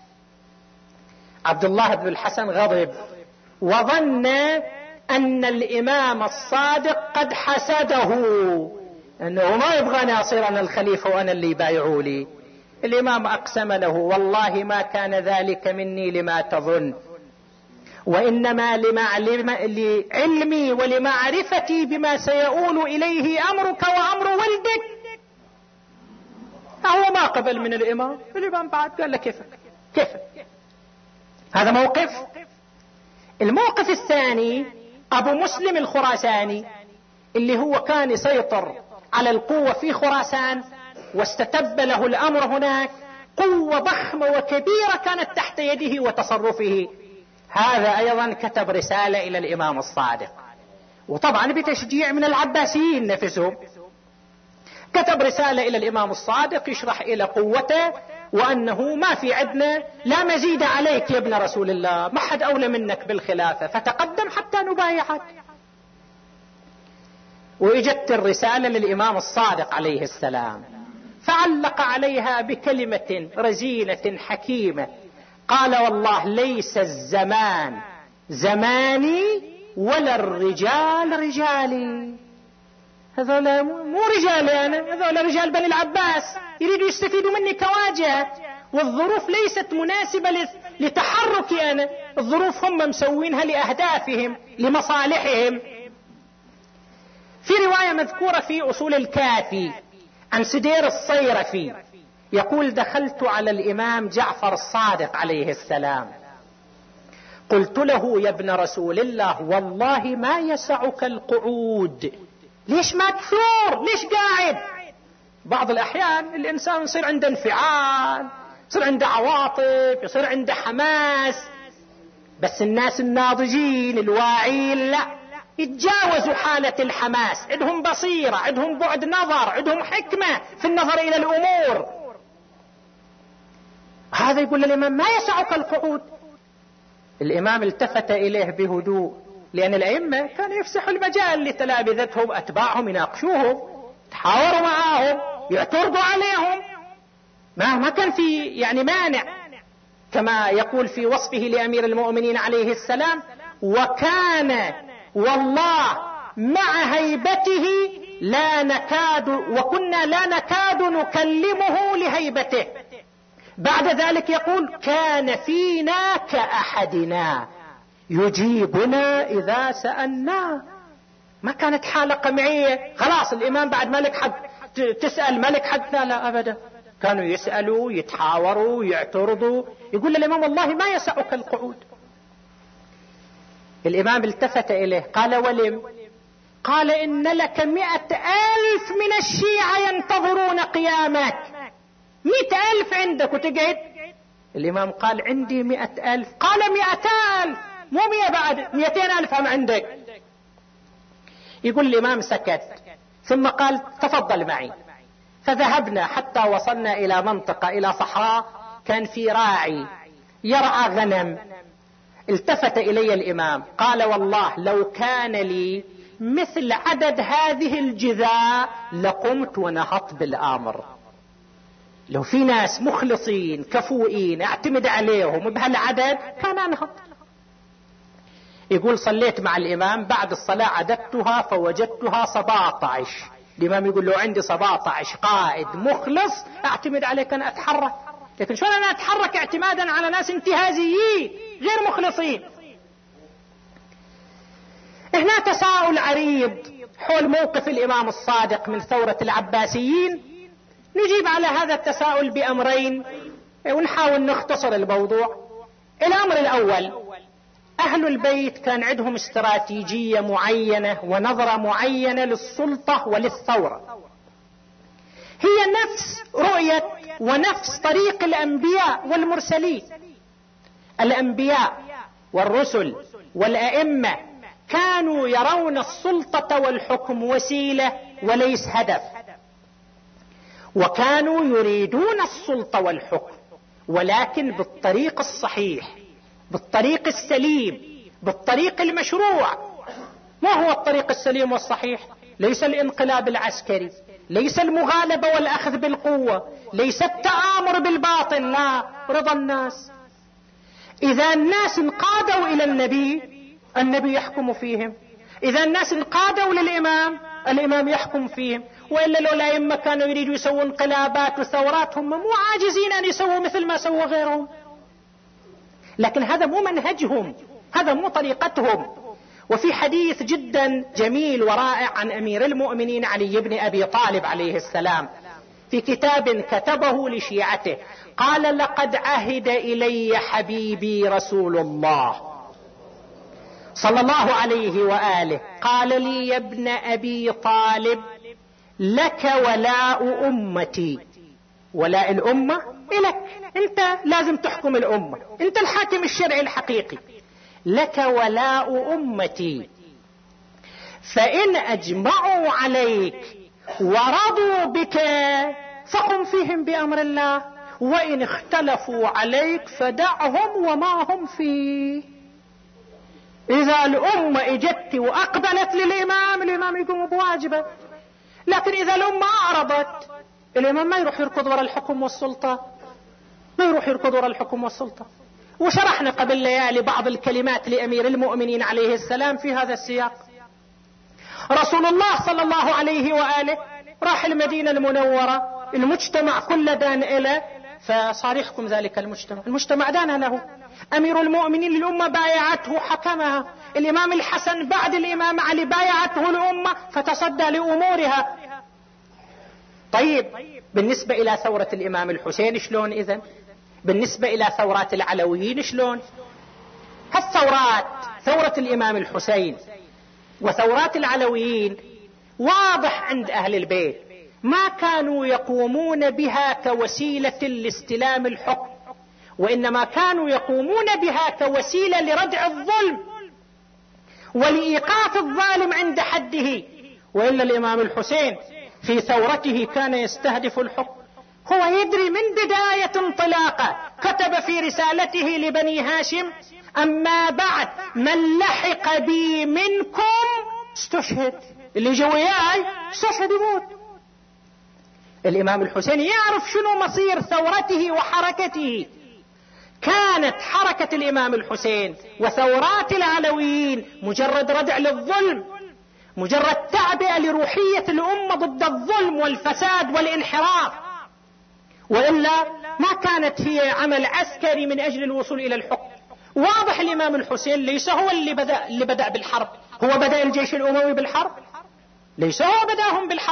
عبد الله بن الحسن غضب وظن أن الإمام الصادق قد حسده، أنه ما يبغاني أصير أنا الخليفة وأنا اللي يبايعوا لي. الإمام أقسم له والله ما كان ذلك مني لما تظن، وإنما لعلمي ولمعرفتي بما سيؤول إليه أمرك وأمر ولدك. هو ما قبل من الإمام، الإمام بعد قال له كيفك كيفك. هذا موقف. الموقف الثاني أبو مسلم الخراساني اللي هو كان يسيطر على القوة في خراسان واستتب له الأمر هناك، قوة ضخمة وكبيرة كانت تحت يده وتصرفه. هذا أيضا كتب رسالة إلى الإمام الصادق، وطبعا بتشجيع من العباسيين نفسهم، كتب رسالة إلى الإمام الصادق يشرح إلى قوته وأنه ما في عدنا لا مزيد عليك يا ابن رسول الله، ما حد أولى منك بالخلافة، فتقدم حتى نبايعك. وإجت الرسالة للإمام الصادق عليه السلام، فعلق عليها بكلمة رزينة حكيمة، قال: والله ليس الزمان زماني ولا الرجال رجالي. هذول مو رجالي أنا، هذول رجال بني العباس يريدوا يستفيدوا مني كواجهة، والظروف ليست مناسبة لتحركي أنا، الظروف هم مسوينها لأهدافهم لمصالحهم. في رواية مذكورة في أصول الكافي عن سدير الصيرفي يقول: دخلت على الإمام جعفر الصادق عليه السلام، قلت له: يا ابن رسول الله، والله ما يسعك القعود، ليش ما تثور؟ ليش قاعد؟ بعض الأحيان الإنسان يصير عنده انفعال، يصير عنده عواطف، يصير عنده حماس، بس الناس الناضجين الواعيين لا، يتجاوزوا حالة الحماس، عندهم بصيرة، عندهم بعد نظر، عندهم حكمة في النظر إلى الأمور. هذا يقول للإمام: ما يسعك القعود. الإمام التفت إليه بهدوء، لأن الأئمة كانوا يفسحوا المجال لتلامذتهم أتباعهم يناقشوهم، تحاوروا معاهم، يعترضوا عليهم، ما ما كان في يعني مانع، كما يقول في وصفه لأمير المؤمنين عليه السلام: وكان والله مع هيبته لا نكاد وكنا لا نكاد نكلمه لهيبته. بعد ذلك يقول: كان فينا كأحدنا يجيبنا إذا سألناه. ما كانت حالة قمعية، خلاص الإمام بعد ملك حق تسأل ملك حق، لا لا أبدا، كانوا يسألوا يتحاوروا يعترضوا. يقول للإمام: والله ما يسعك القعود. الإمام التفت إليه قال: ولم؟ قال: إن لك مئة ألف من الشيعة ينتظرون قيامك، مئة ألف عندك وتقعد؟ الإمام قال: عندي مئة ألف. قال: مئة ألف مو مئة بعد، مئتين ألف هم عندك. يقول الإمام سكت، ثم قال: تفضل معي. فذهبنا حتى وصلنا إلى منطقة، إلى صحراء، كان في راعي يرعى غنم. التفت إلي الإمام قال: والله لو كان لي مثل عدد هذه الجذاء لقمت ونهضت بالأمر. لو في ناس مخلصين كفؤين اعتمد عليهم بهالعدد كان أنهض. يقول: صليت مع الإمام، بعد الصلاة عددتها فوجدتها سبعة عشر. الإمام يقول: لو عندي سبعة عشر قائد مخلص اعتمد عليك أن أتحرك، لكن شلون أنا أتحرك اعتمادا على ناس انتهازيين غير مخلصين؟ هنا تساؤل عريض حول موقف الإمام الصادق من ثورة العباسيين. نجيب على هذا التساؤل بأمرين ونحاول نختصر الموضوع. الأمر الأول: أهل البيت كان عندهم استراتيجية معينة ونظرة معينة للسلطة وللثورة، هي نفس رؤية ونفس طريق الأنبياء والمرسلين. الأنبياء والرسل والأئمة كانوا يرون السلطة والحكم وسيلة وليس هدف، وكانوا يريدون السلطة والحكم ولكن بالطريق الصحيح، بالطريق السليم، بالطريق المشروع. ما هو الطريق السليم والصحيح؟ ليس الانقلاب العسكري، ليس المغالبة والأخذ بالقوة، ليس التآمر بالباطل، لا، رضا الناس. إذا الناس انقادوا إلى النبي، النبي يحكم فيهم. إذا الناس انقادوا للإمام، الإمام يحكم فيهم. وإلا لو الأئمة كانوا يريدوا يسووا انقلابات وثورات هم مو عاجزين أن يسووا مثل ما سووا غيرهم، لكن هذا مو منهجهم، هذا مو طريقتهم. وفي حديث جدا جميل ورائع عن أمير المؤمنين علي بن أبي طالب عليه السلام في كتاب كتبه لشيعته، قال: لقد عهد إلي حبيبي رسول الله صلى الله عليه وآله، قال لي: يا ابن أبي طالب، لك ولاء أمتي، ولاء الأمة إلك، أنت لازم تحكم الأمة، أنت الحاكم الشرعي الحقيقي. لك ولاء أمتي، فإن أجمعوا عليك ورضوا بك فقم فيهم بأمر الله، وإن اختلفوا عليك فدعهم وما هم فيه. إذا الأمة اجت وأقبلت للإمام، الإمام يقوم بواجبه، لكن إذا الأمة أعرضت، الإمام ما يروح يركض وراء الحكم والسلطة، ما يروح يركض وراء الحكم والسلطة. وشرحنا قبل ليالي بعض الكلمات لأمير المؤمنين عليه السلام في هذا السياق. رسول الله صلى الله عليه وآله راح المدينة المنورة، المجتمع كله دان إليه، فصار يحكم ذلك المجتمع، المجتمع دان له. أمير المؤمنين الأمة بايعته حكمها، الإمام الحسن بعد الإمام علي بايعته الأمة فتصدى لأمورها. طيب بالنسبة إلى ثورة الإمام الحسين شلون إذن؟ بالنسبة إلى ثورات العلويين شلون؟ هالثورات، ثورة الإمام الحسين وثورات العلويين، واضح عند أهل البيت ما كانوا يقومون بها كوسيلة لاستلام الحكم، وإنما كانوا يقومون بها كوسيلة لردع الظلم ولإيقاف الظالم عند حده. وإلا الإمام الحسين في ثورته كان يستهدف الحكم، هو يدري من بداية انطلاقه، كتب في رسالته لبني هاشم: أما بعد من لحق بي منكم استشهد، اللي جوياي استشهد يموت. الإمام الحسين يعرف شنو مصير ثورته وحركته. كانت حركة الإمام الحسين وثورات العلويين مجرد ردع للظلم، مجرد تعبئة لروحية الأمة ضد الظلم والفساد والانحراف، وإلا ما كانت هي عمل عسكري من أجل الوصول إلى الحكم. واضح الإمام الحسين ليس هو اللي بدأ, اللي بدأ بالحرب، هو بدأ الجيش الأموي بالحرب؟ ليس هو بدأهم بالحرب.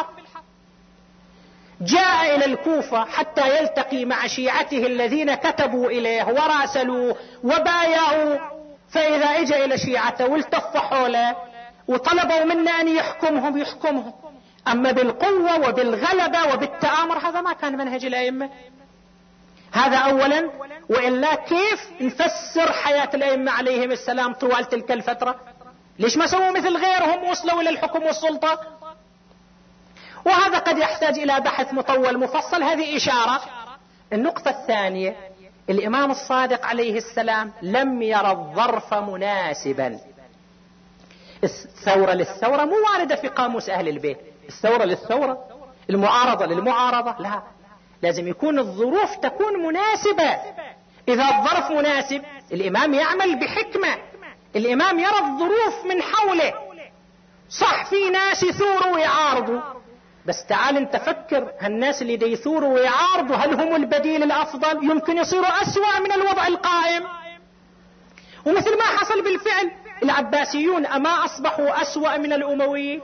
جاء إلى الكوفة حتى يلتقي مع شيعته الذين كتبوا إليه وراسلوه وبايعوا، فإذا اجى إلى شيعته والتف حوله وطلبوا منا أن يحكمهم يحكمهم، أما بالقوة وبالغلبة وبالتآمر هذا ما كان منهج الأئمة. هذا أولا. وإلا كيف نفسر حياة الأئمة عليهم السلام طوال تلك الفترة؟ ليش ما سووا مثل غيرهم وصلوا إلى الحكم والسلطة؟ وهذا قد يحتاج إلى بحث مطول مفصل. هذه إشارة. النقطة الثانية، الإمام الصادق عليه السلام لم يرى الظرف مناسبا. الثورة للثورة مو واردة في قاموس أهل البيت، الثورة للثورة، المعارضة للمعارضة، لا، لازم يكون الظروف تكون مناسبة. إذا الظرف مناسب الإمام يعمل بحكمة، الإمام يرى الظروف من حوله. صح في ناس يثوروا ويعارضوا، بس تعال انت فكر، هالناس اللي دي يثوروا ويعارضوا هل هم البديل الأفضل؟ يمكن يصيروا أسوأ من الوضع القائم. ومثل ما حصل بالفعل، العباسيون أما أصبحوا أسوأ من الأمويين؟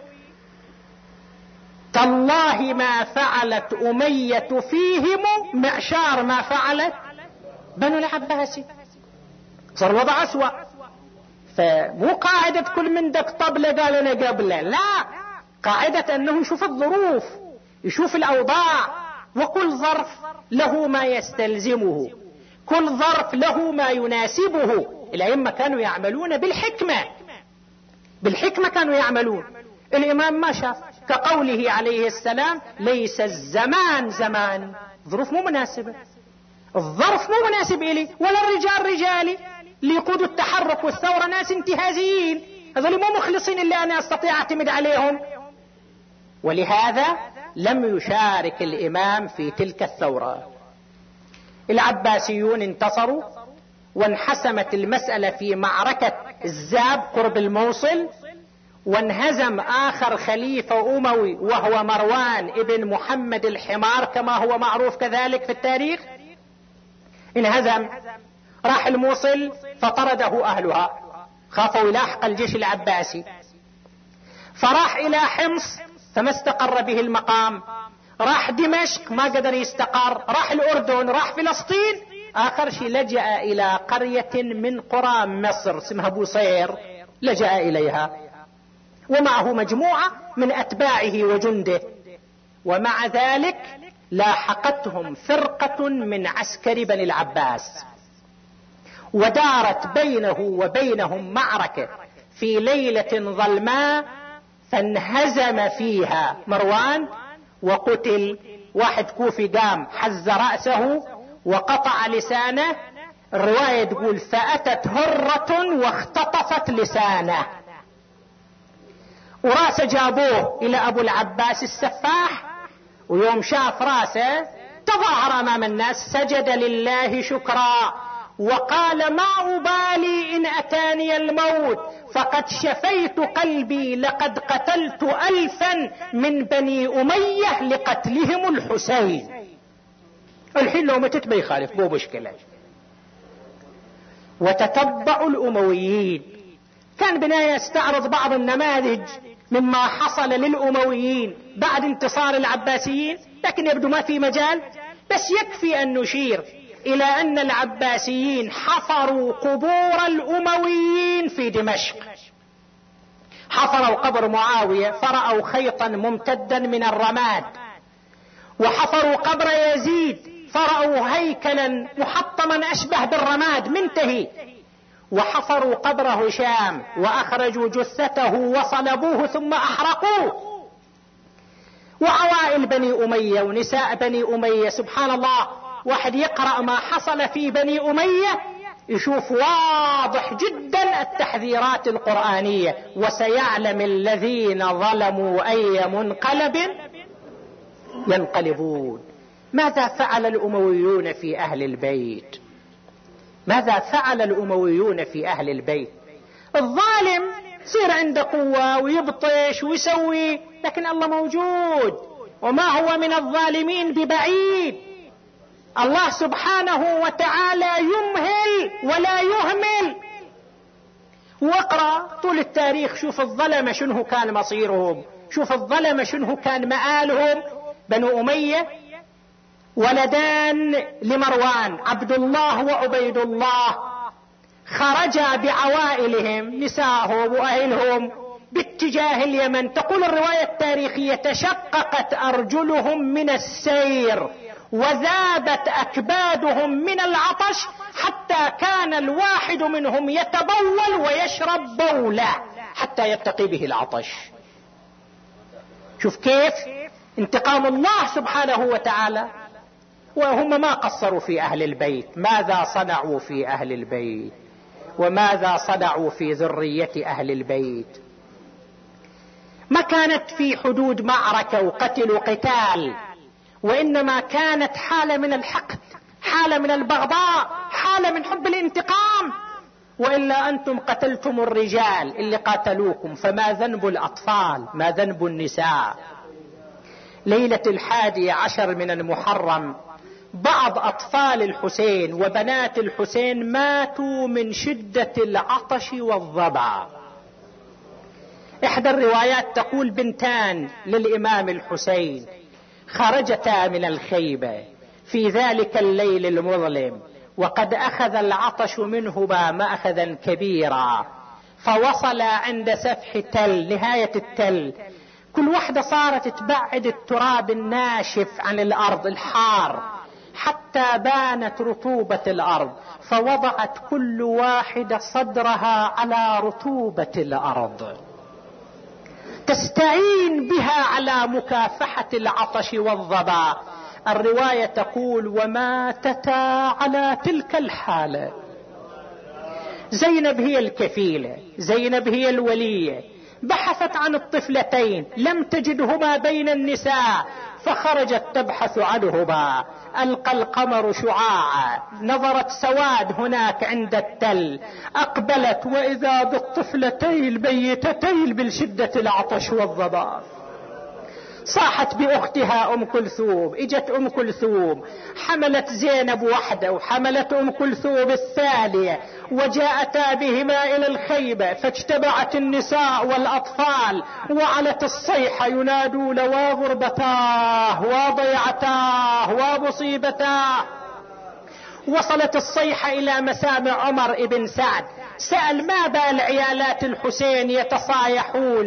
تالله ما فعلت أمية فيهم معشار ما فعلت بنو العباسي، صار الوضع أسوأ. فمو قاعدة كل من دك طبلة قال أنا قبله، لا، قاعدة أنه يشوف الظروف، يشوف الأوضاع، وكل ظرف له ما يستلزمه، كل ظرف له ما يناسبه. الأئمة كانوا يعملون بالحكمة، بالحكمة كانوا يعملون. الإمام ما شاف، كقوله عليه السلام: ليس الزمان زمان، ظروف مو مناسبة، الظرف مو مناسب إلي، ولا الرجال رجالي اللي يقودوا التحرك والثورة ناس انتهازيين، هذول مو مخلصين اللي أنا أستطيع أعتمد عليهم. ولهذا لم يشارك الإمام في تلك الثورة. العباسيون انتصروا وانحسمت المسألة في معركة الزاب قرب الموصل، وانهزم آخر خليفة أموي وهو مروان ابن محمد الحمار كما هو معروف كذلك في التاريخ. انهزم، راح الموصل فطرده أهلها، خافوا يلاحق الجيش العباسي، فراح إلى حمص فما استقر به المقام، راح دمشق ما قدر يستقر، راح الأردن، راح فلسطين، آخر شيء لجأ إلى قرية من قرى مصر اسمها بوصير، لجأ إليها ومعه مجموعة من أتباعه وجنده. ومع ذلك لاحقتهم فرقة من عسكر بني العباس، ودارت بينه وبينهم معركة في ليلة ظلماء، فانهزم فيها مروان وقتل. واحد كوفي قام حز رأسه وقطع لسانه. الرواية تقول فأتت هرة واختطفت لسانه، وراسه جابوه إلى أبو العباس السفاح، ويوم شاف راسه تظاهر أمام الناس، سجد لله شكرا وقال ما أبالي إن أتاني الموت فقد شفيت قلبي، لقد قتلت ألفا من بني أمية لقتلهم الحسين. الحين لو متت ما يخالف، مو مشكلة. وتتبع الأمويين. كان بناية يستعرض بعض النماذج مما حصل للأمويين بعد انتصار العباسيين، لكن يبدو ما في مجال، بس يكفي أن نشير إلى أن العباسيين حفروا قبور الأمويين في دمشق. حفروا قبر معاوية فرأوا خيطا ممتدا من الرماد، وحفروا قبر يزيد فرأوا هيكلا محطما أشبه بالرماد منتهي، وحفروا قبر هشام وأخرجوا جثته وصلبوه ثم أحرقوه. وعوائل بني أمية ونساء بني أمية، سبحان الله، واحد يقرأ ما حصل في بني أمية يشوف واضح جدا التحذيرات القرآنية: وسيعلم الذين ظلموا أي منقلب ينقلبون. ماذا فعل الأمويون في أهل البيت؟ ماذا فعل الأمويون في أهل البيت؟ الظالم يصير عنده قوة ويبطش ويسوي، لكن الله موجود وما هو من الظالمين ببعيد. الله سبحانه وتعالى يمهل ولا يهمل. واقرأ طول التاريخ، شوف الظلمة شنو كان مصيرهم، شوف الظلمة شنو كان مآلهم. بنو أمية ولدان لمروان، عبد الله وعبيد الله، خرجا بعوائلهم نسائهم وأهلهم باتجاه اليمن. تقول الرواية التاريخية: تشققت أرجلهم من السير وذابت أكبادهم من العطش، حتى كان الواحد منهم يتبول ويشرب بوله حتى يتقي به العطش. شوف كيف انتقام الله سبحانه وتعالى. وهم ما قصروا في أهل البيت. ماذا صنعوا في أهل البيت؟ وماذا صنعوا في ذرية أهل البيت؟ ما كانت في حدود معركة وقتل وقتال، وإنما كانت حالة من الحقد، حالة من البغضاء، حالة من حب الانتقام. وإلا أنتم قتلتم الرجال اللي قاتلوكم، فما ذنب الأطفال؟ ما ذنب النساء؟ ليلة الحادي عشر من المحرم بعض أطفال الحسين وبنات الحسين ماتوا من شدة العطش والظبا. إحدى الروايات تقول بنتان للإمام الحسين خرجتا من الخيبة في ذلك الليل المظلم، وقد أخذ العطش منهما مأخذا كبيرا، فوصل عند سفح تل، نهاية التل. كل واحدة صارت تبعد التراب الناشف عن الأرض الحار حتى بانت رطوبة الأرض، فوضعت كل واحدة صدرها على رطوبة الأرض تستعين بها على مكافحة العطش والظبا. الرواية تقول: وماتتا على تلك الحالة. زينب هي الكفيلة، زينب هي الولية، بحثت عن الطفلتين لم تجدهما بين النساء، فخرجت تبحث عنهما. ألقى القمر شعاعا، نظرت سواد هناك عند التل، أقبلت وإذا بالطفلتين البيتتين بالشدة العطش والظبا. صاحت بأختها أم كلثوم، اجت أم كلثوم حملت زينب وحده وحملت أم كلثوم الثانية، وجاءتا بهما إلى الخيبة، فاجتمعت النساء والأطفال وعلت الصيحة ينادون: وغربتاه وضيعتاه ومصيبتاه. وصلت الصيحة إلى مسامع عمر بن سعد، سأل: ما بال عيالات الحسين يتصايحون؟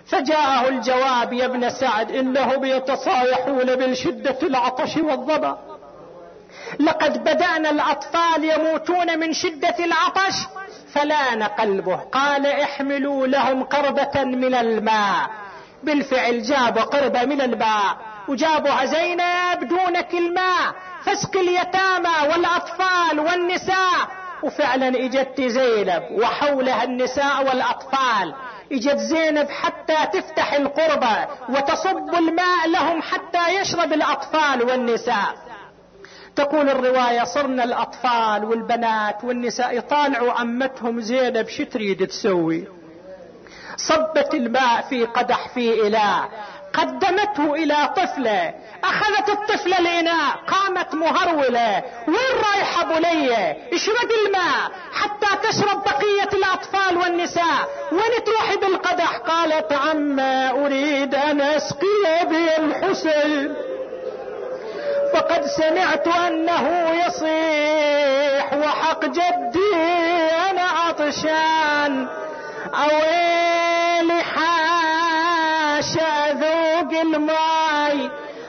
فجاءه الجواب: يا ابن سعد، إنهم يتصايحون بالشدة العطش والظمأ، لقد بدأنا الأطفال يموتون من شدة العطش. فلان قلبه، قال: احملوا لهم قربة من الماء. بالفعل جابوا قربة من الماء وجابوها: زينب دونك الماء، فاسق اليتامى والأطفال والنساء. وفعلا اجت زينب وحولها النساء والأطفال. اجت زينب حتى تفتح القربة وتصب الماء لهم حتى يشرب الأطفال والنساء. تقول الرواية: صرنا الأطفال والبنات والنساء يطالعوا عمتهم زينب شو تريد تسوي. صبت الماء في قدح في إناء، قدمته إلى طفلة، أخذت الطفلة الإناء، قامت مهرولة: وين رايحة بنية؟ اشرب الماء حتى تشرب بقية الأطفال والنساء. وين تروحي بالقدح؟ قالت: عما أريد أن أسقي بي الحسين، فقد سمعت أنه يصيح، وحق جدي أنا عطشان. أويلي حاشا ذوق الماي،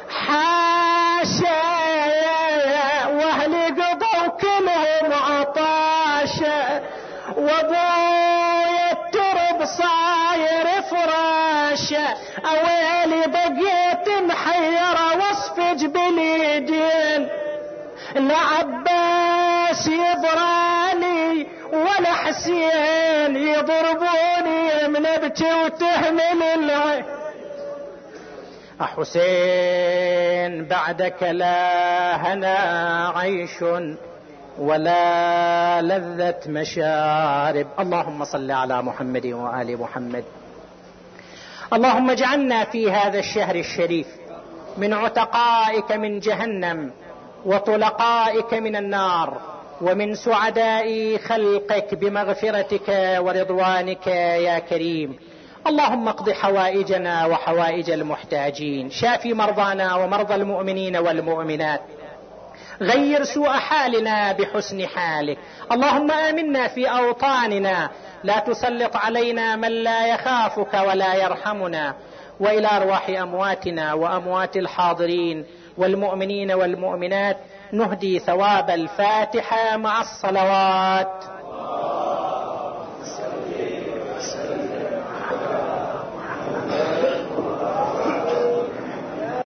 حاشا واهلي قضوا كلهم عطاشا، وابويا الترب صاير فراشا. أويلي بقيت محيرة واصفج باليدين، لا عباس يضراني ولا حسين يضربوني، من ابكي وتهمل العين. حسين بعدك لا هنا عيش ولا لذة مشارب. اللهم صل على محمد وآل محمد. اللهم اجعلنا في هذا الشهر الشريف من عتقائك من جهنم وطلقائك من النار، ومن سعداء خلقك بمغفرتك ورضوانك يا كريم. اللهم اقض حوائجنا وحوائج المحتاجين، شافي مرضانا ومرضى المؤمنين والمؤمنات، غير سوء حالنا بحسن حالك. اللهم آمنا في أوطاننا، لا تسلط علينا من لا يخافك ولا يرحمنا. وإلى أرواح أمواتنا وأموات الحاضرين والمؤمنين والمؤمنات نهدي ثواب الفاتحة مع الصلوات. اللهم صل وسلم على محمد.